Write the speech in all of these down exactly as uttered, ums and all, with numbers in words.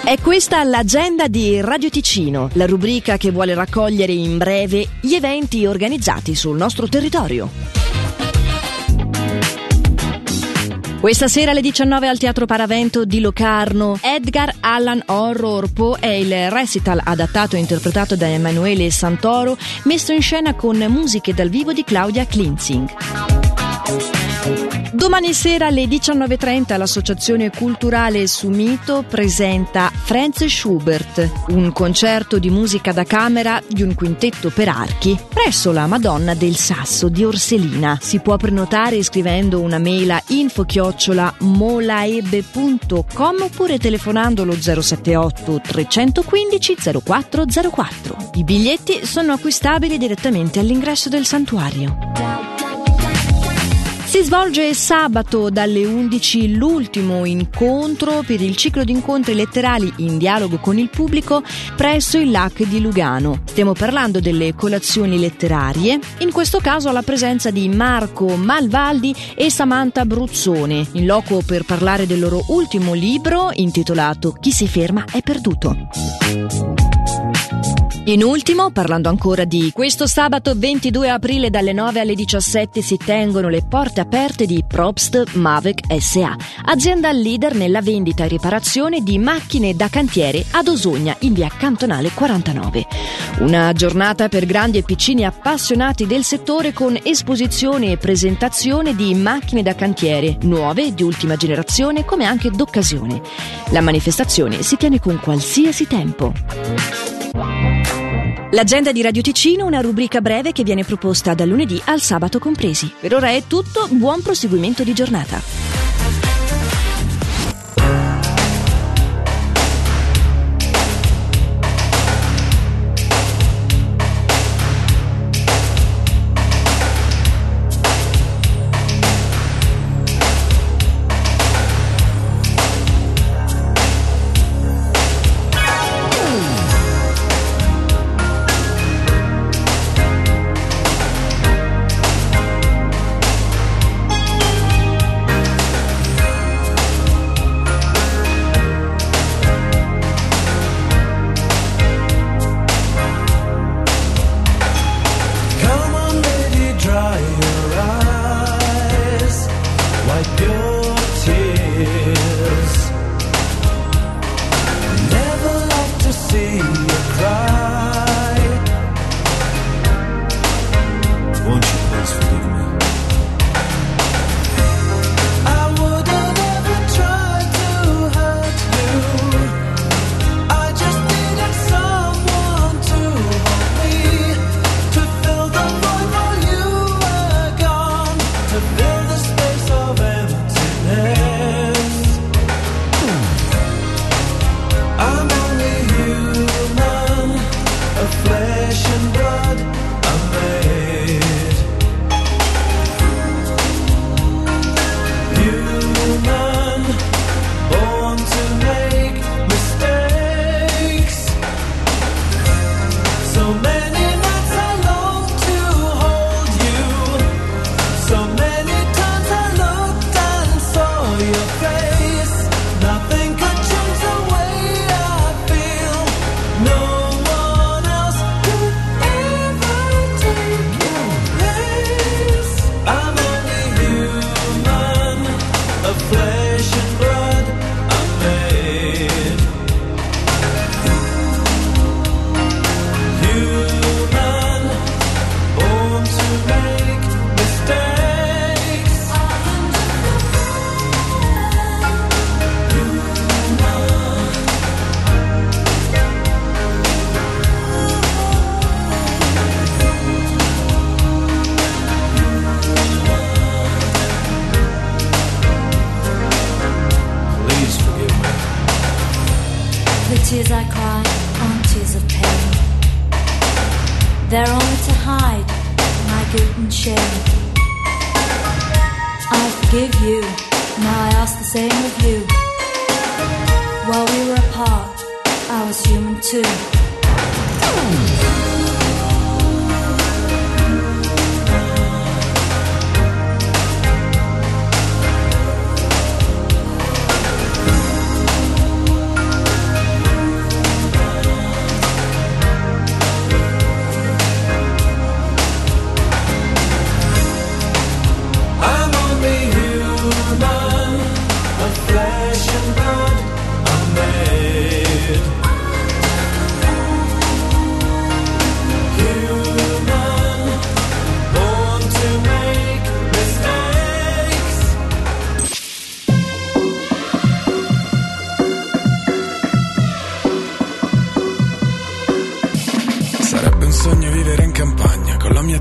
È questa l'agenda di Radio Ticino, la rubrica che vuole raccogliere in breve gli eventi organizzati sul nostro territorio. Questa sera alle diciannove al Teatro Paravento di Locarno, Edgar Allan Horror Poe è il recital adattato e interpretato da Emanuele Santoro, messo in scena con musiche dal vivo di Claudia Klinzing. Domani sera alle diciannove e trenta l'Associazione Culturale Sumito presenta Franz Schubert, un concerto di musica da camera di un quintetto per archi presso la Madonna del Sasso di Orselina. Si può prenotare scrivendo una mail a info chiocciola molaebe punto com oppure telefonando allo zero sette otto tre uno cinque zero quattro zero quattro. I biglietti sono acquistabili direttamente all'ingresso del santuario. Si svolge sabato dalle undici l'ultimo incontro per il ciclo di incontri letterali in dialogo con il pubblico presso il L A C di Lugano. Stiamo parlando delle colazioni letterarie, in questo caso alla presenza di Marco Malvaldi e Samantha Bruzzone, in loco per parlare del loro ultimo libro intitolato Chi si ferma è perduto. In ultimo, parlando ancora di questo sabato ventidue aprile dalle nove alle diciassette si tengono le porte aperte di Probst Mavic S A, azienda leader nella vendita e riparazione di macchine da cantiere ad Osogna in via Cantonale quarantanove. Una giornata per grandi e piccini appassionati del settore con esposizione e presentazione di macchine da cantiere, nuove, di ultima generazione, come anche d'occasione. La manifestazione si tiene con qualsiasi tempo. L'agenda di Radio Ticino, una rubrica breve che viene proposta dal lunedì al sabato compresi. Per ora è tutto, buon proseguimento di giornata. Tears I cry are tears of pain. They're only to hide my guilt and shame. I forgive you, now I ask the same of you. While we were apart, I was human too.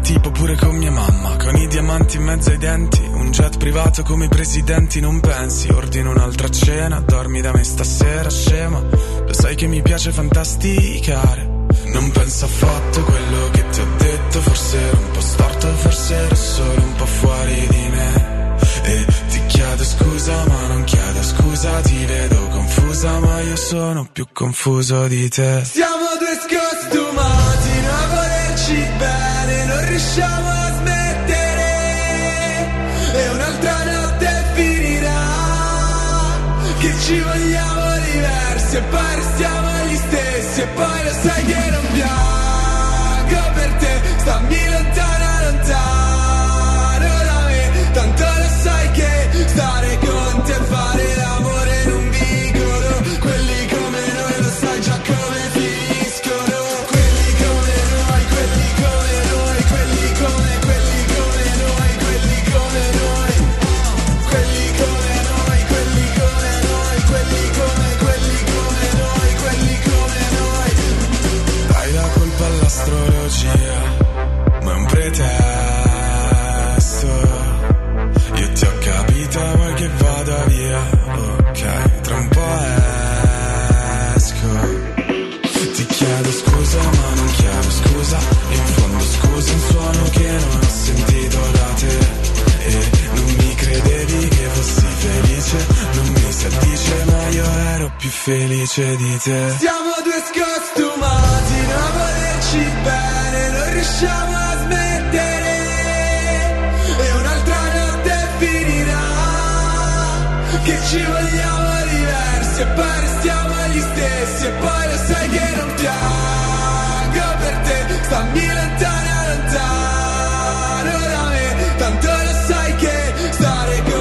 tipo pure con mia mamma, con i diamanti in mezzo ai denti, un jet privato come i presidenti. Non pensi, ordino un'altra cena, dormi da me stasera scema. Lo sai che mi piace fantasticare, non penso affatto a quello che ti ho detto. Forse ero un po' storto, forse ero solo un po' fuori di me. E ti chiedo scusa ma non chiedo scusa, ti vedo confusa ma io sono più confuso di te. Siamo due scostumati a volerci bene, non riusciamo a smettere, e un'altra notte finirà che ci vogliamo diversi e poi restiamo gli stessi. E poi lo sai che non piango per te, stammi lontana lontano da me, tanto lo sai che stare con te e fare l'amore in un vicolo, quelli come noi lo sai già come finiscono. Quelli come noi, quelli come noi, quelli come, quelli come noi, quelli come noi, quelli come noi, quelli come noi, quelli come, quelli come noi, quelli come noi. Dai la colpa all'astrologia, ma è un pretesto. Io ti ho capito, vuoi che vada via? Ok, tra un po' esco. Ti chiedo scusa ma non chiedo scusa, in fondo scusa un suono che non ho sentito da te. E non mi credevi che fossi felice, non mi si addice ma io ero più felice di te. Siamo due scostumati a volerci bene, non riusciamo a smettere, e un'altra notte finirà che ci vogliamo diversi e poi restiamo gli stessi. E poi lo sai che non piango per te, stammi lontana lontano da me, tanto lo sai che stare con